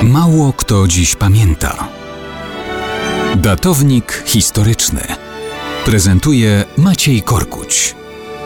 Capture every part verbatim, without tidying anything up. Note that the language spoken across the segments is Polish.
Mało kto dziś pamięta. Datownik historyczny prezentuje Maciej Korkuć.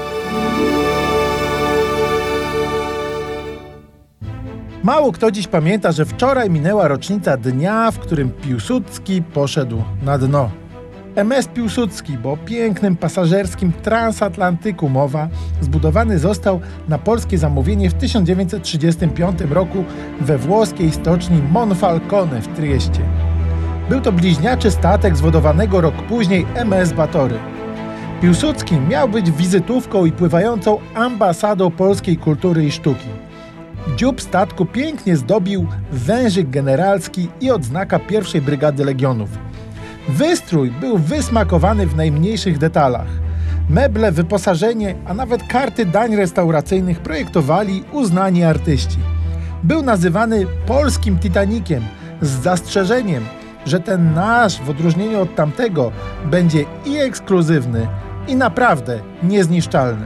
Mało kto dziś pamięta, że wczoraj minęła rocznica dnia, w którym Piłsudski poszedł na dno. M S Piłsudski, bo o pięknym pasażerskim transatlantyku mowa, zbudowany został na polskie zamówienie w tysiąc dziewięćset trzydziestym piątym roku we włoskiej stoczni Monfalcone w Trieście. Był to bliźniaczy statek zwodowanego rok później M S Batory. Piłsudski miał być wizytówką i pływającą ambasadą polskiej kultury i sztuki. Dziób statku pięknie zdobił wężyk generalski i odznaka pierwszej Brygady Legionów. Wystrój był wysmakowany w najmniejszych detalach. Meble, wyposażenie, a nawet karty dań restauracyjnych projektowali uznani artyści. Był nazywany polskim Titanikiem z zastrzeżeniem, że ten nasz, w odróżnieniu od tamtego, będzie i ekskluzywny, i naprawdę niezniszczalny.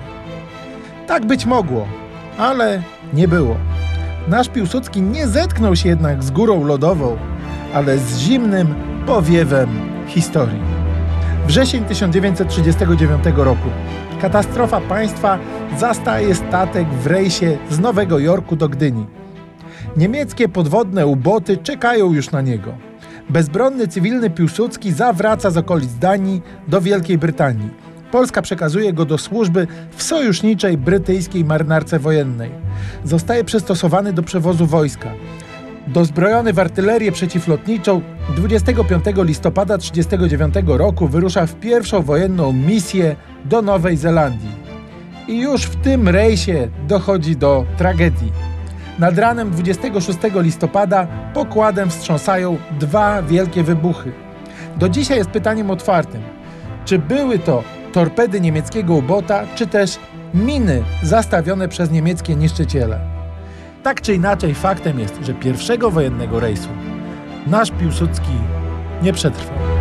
Tak być mogło, ale nie było. Nasz Piłsudski nie zetknął się jednak z górą lodową, ale z zimnym powiewem historii. Wrzesień tysiąc dziewięćset trzydziestego dziewiątego roku. Katastrofa państwa zastaje statek w rejsie z Nowego Jorku do Gdyni. Niemieckie podwodne uboty czekają już na niego. Bezbronny cywilny Piłsudski zawraca z okolic Danii do Wielkiej Brytanii. Polska przekazuje go do służby w sojuszniczej brytyjskiej marynarce wojennej. Zostaje przystosowany do przewozu wojska. Dozbrojony w artylerię przeciwlotniczą, dwudziestego piątego listopada tysiąc dziewięćset trzydziestego dziewiątego roku wyrusza w pierwszą wojenną misję do Nowej Zelandii. I już w tym rejsie dochodzi do tragedii. Nad ranem dwudziestego szóstego listopada pokładem wstrząsają dwa wielkie wybuchy. Do dzisiaj jest pytaniem otwartym, czy były to torpedy niemieckiego ubota, czy też miny zastawione przez niemieckie niszczyciele. Tak czy inaczej faktem jest, że pierwszego wojennego rejsu nasz Piłsudski nie przetrwał.